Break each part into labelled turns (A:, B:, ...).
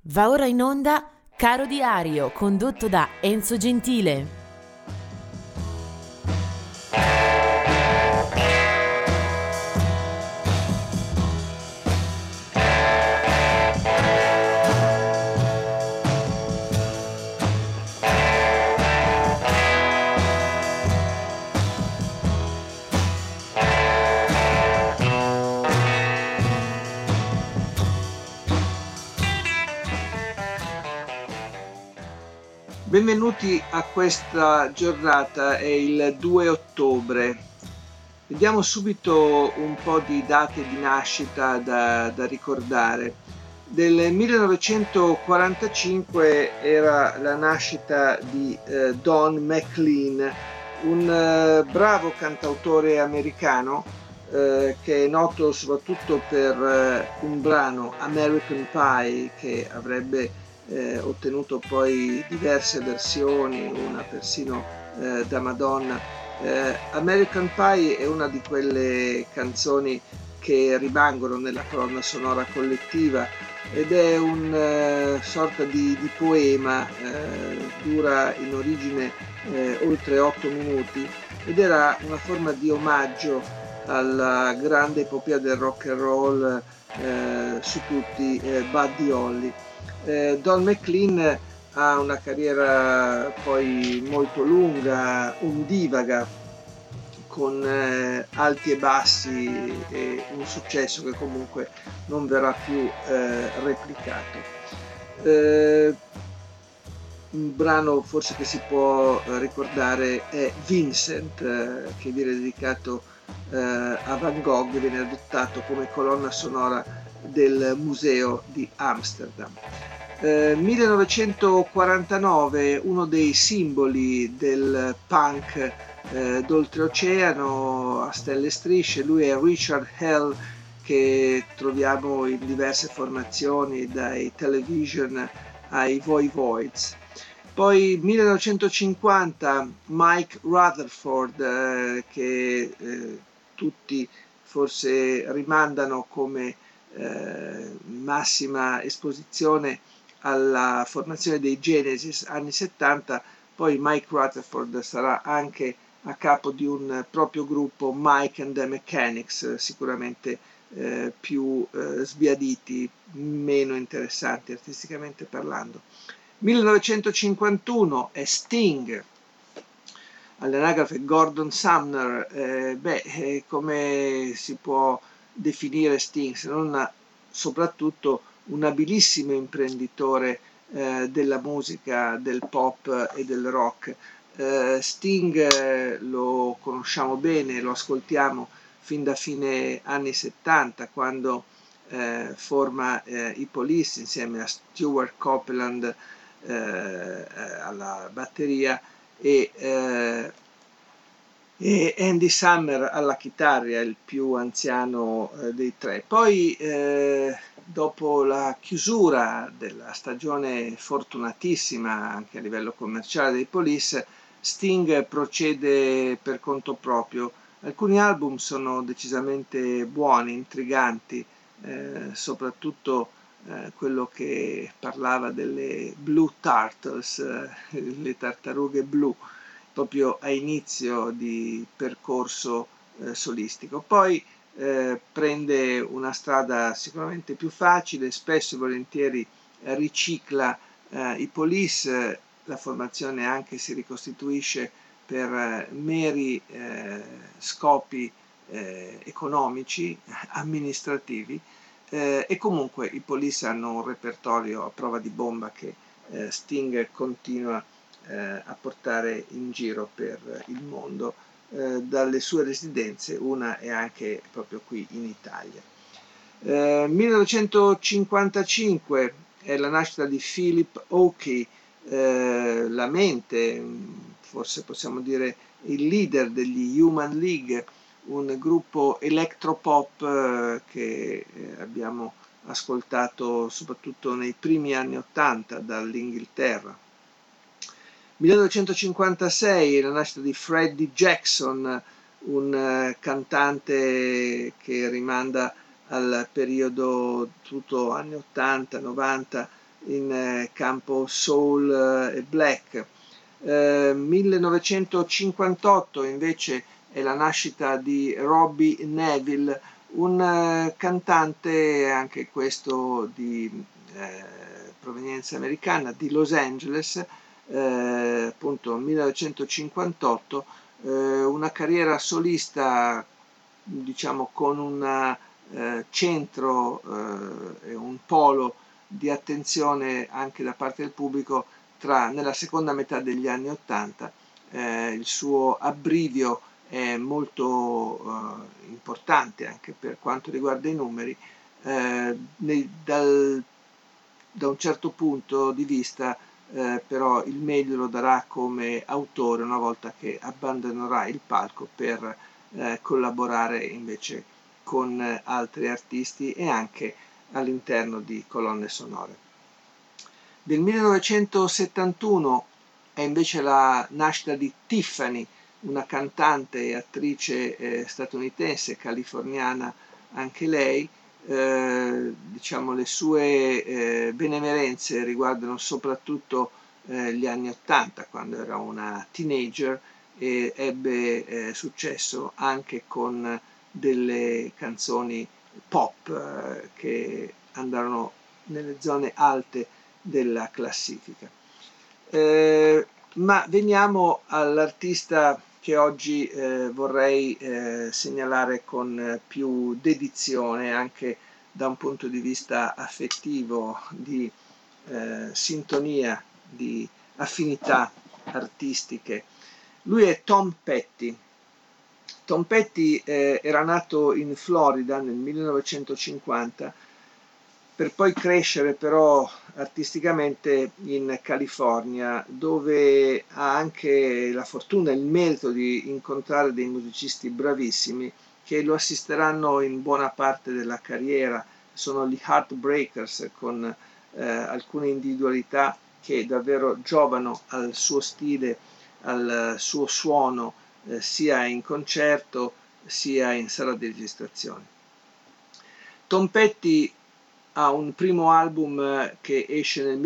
A: Va ora in onda Caro Diario, condotto da Enzo Gentile.
B: Benvenuti a questa giornata, è il 2 ottobre. Vediamo subito un po' di date di nascita da ricordare. Del 1945 era la nascita di Don McLean, un bravo cantautore americano che è noto soprattutto per un brano, American Pie, che avrebbe ottenuto poi diverse versioni, una persino da Madonna. American Pie è una di quelle canzoni che rimangono nella colonna sonora collettiva ed è un sorta di poema, dura in origine oltre 8 minuti ed era una forma di omaggio alla grande epopea del rock and roll, su tutti Buddy Holly. Don McLean ha una carriera poi molto lunga, ondivaga, con alti e bassi e un successo che comunque non verrà più replicato. Un brano forse che si può ricordare è Vincent, che viene dedicato a Van Gogh, viene adottato come colonna sonora del museo di Amsterdam. 1949, uno dei simboli del punk d'oltreoceano a stelle e strisce, lui è Richard Hell, che troviamo in diverse formazioni, dai Television ai Voivoids. Poi 1950 Mike Rutherford, che tutti forse rimandano come massima esposizione alla formazione dei Genesis anni 70, poi Mike Rutherford sarà anche a capo di un proprio gruppo, Mike and the Mechanics, sicuramente più sbiaditi, meno interessanti artisticamente parlando. 1951 è Sting, all'anagrafe Gordon Sumner. Come si può definire Sting se non soprattutto un abilissimo imprenditore della musica, del pop e del rock. Sting lo conosciamo bene, lo ascoltiamo fin da fine anni 70, quando forma i Police insieme a Stuart Copeland alla batteria e Andy Summer alla chitarra, il più anziano dei tre. Poi dopo la chiusura della stagione fortunatissima anche a livello commerciale dei Police, Sting procede per conto proprio. Alcuni album sono decisamente buoni, intriganti, soprattutto quello che parlava delle Blue Turtles, le tartarughe blu, proprio a inizio di percorso solistico. Poi prende una strada sicuramente più facile, spesso e volentieri ricicla i Police, la formazione anche si ricostituisce per meri scopi economici, amministrativi, e comunque i Police hanno un repertorio a prova di bomba che Sting continua a portare in giro per il mondo, dalle sue residenze, una è anche proprio qui in Italia. 1955 è la nascita di Philip Oakey, la mente, forse possiamo dire il leader degli Human League, un gruppo electropop che abbiamo ascoltato soprattutto nei primi anni '80 dall'Inghilterra. 1956 la nascita di Freddie Jackson, un cantante che rimanda al periodo tutto anni 80, 90 in campo soul e black. 1958 invece è la nascita di Robbie Nevil, un cantante anche questo di provenienza americana, di Los Angeles, appunto 1958, una carriera solista, diciamo, con un centro e un polo di attenzione anche da parte del pubblico nella seconda metà degli anni '80. Il suo abbrivio è molto importante anche per quanto riguarda i numeri. Da un certo punto di vista però il meglio lo darà come autore una volta che abbandonerà il palco per collaborare invece con altri artisti e anche all'interno di colonne sonore. Del 1971 è invece la nascita di Tiffany, una cantante e attrice statunitense, californiana anche lei. Diciamo, le sue benemerenze riguardano soprattutto gli anni '80, quando era una teenager e ebbe successo anche con delle canzoni pop che andarono nelle zone alte della classifica. Ma veniamo all'artista che oggi vorrei segnalare con più dedizione, anche da un punto di vista affettivo, di sintonia, di affinità artistiche. Lui è Tom Petty. Tom Petty era nato in Florida nel 1950, per poi crescere però artisticamente in California, dove ha anche la fortuna e il merito di incontrare dei musicisti bravissimi che lo assisteranno in buona parte della carriera. Sono gli Heartbreakers, con alcune individualità che davvero giovano al suo stile, al suo suono, sia in concerto sia in sala di registrazione. Tom Petty ha un primo album che esce nel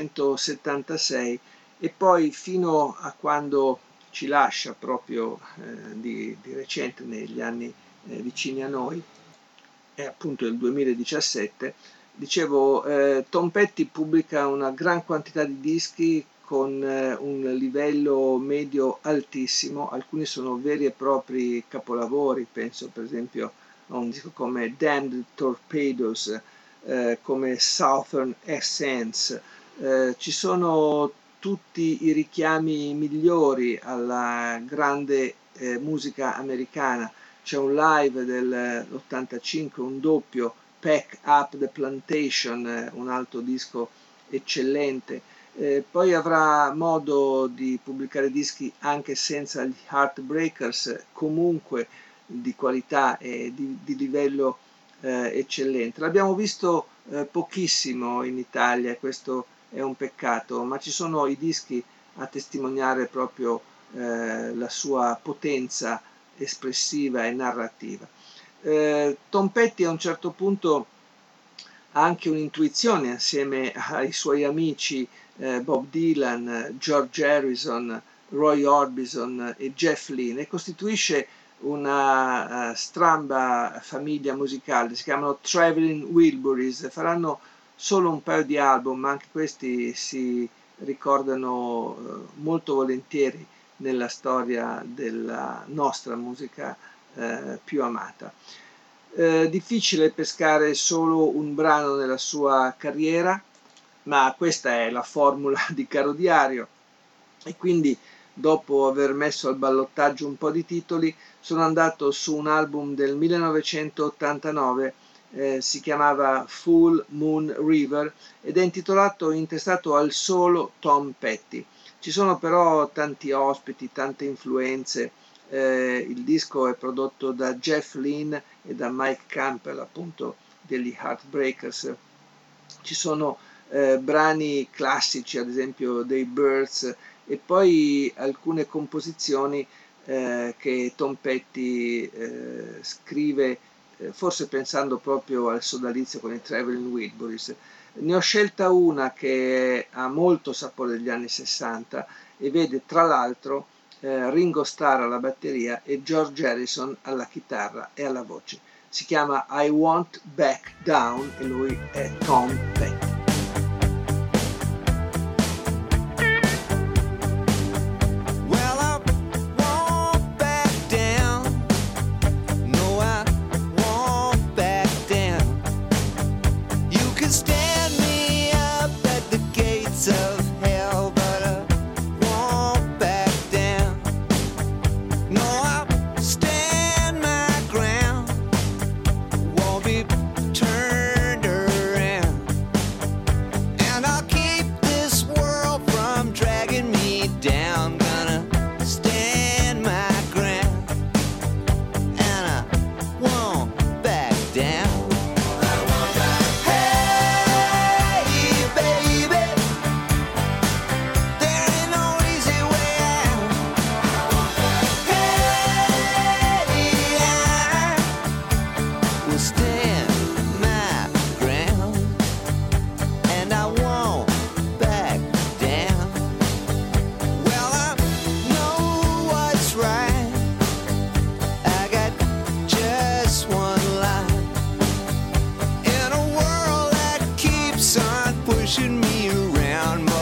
B: 1976 e poi fino a quando ci lascia proprio di recente, negli anni vicini a noi, è appunto il 2017, dicevo, Tom Petty pubblica una gran quantità di dischi con un livello medio altissimo. Alcuni sono veri e propri capolavori, penso per esempio a un disco come Damned Torpedoes, come Southern Accents. Ci sono tutti i richiami migliori alla grande musica americana. C'è un live dell'85, un doppio, Pack Up the Plantation, un altro disco eccellente. Poi avrà modo di pubblicare dischi anche senza gli Heartbreakers, comunque di qualità e di livello eccellente. L'abbiamo visto pochissimo in Italia, questo è un peccato, ma ci sono i dischi a testimoniare proprio la sua potenza espressiva e narrativa. Tom Petty a un certo punto ha anche un'intuizione assieme ai suoi amici Bob Dylan, George Harrison, Roy Orbison e Jeff Lynne, e costituisce una stramba famiglia musicale. Si chiamano Traveling Wilburys, faranno solo un paio di album, ma anche questi si ricordano molto volentieri nella storia della nostra musica più amata. Difficile pescare solo un brano nella sua carriera, ma questa è la formula di Caro Diario, e quindi dopo aver messo al ballottaggio un po' di titoli sono andato su un album del 1989, si chiamava Full Moon River ed è intestato al solo Tom Petty. Ci sono però tanti ospiti, tante influenze. Il disco è prodotto da Jeff Lynne e da Mike Campbell, appunto degli Heartbreakers. Ci sono brani classici, ad esempio dei Byrds, e poi alcune composizioni che Tom Petty scrive forse pensando proprio al sodalizio con i Traveling Wilburys. Ne ho scelta una che ha molto sapore degli anni 60 e vede tra l'altro Ringo Starr alla batteria e George Harrison alla chitarra e alla voce. Si chiama I Won't Back Down e lui è Tom Petty.
C: Pushing me around.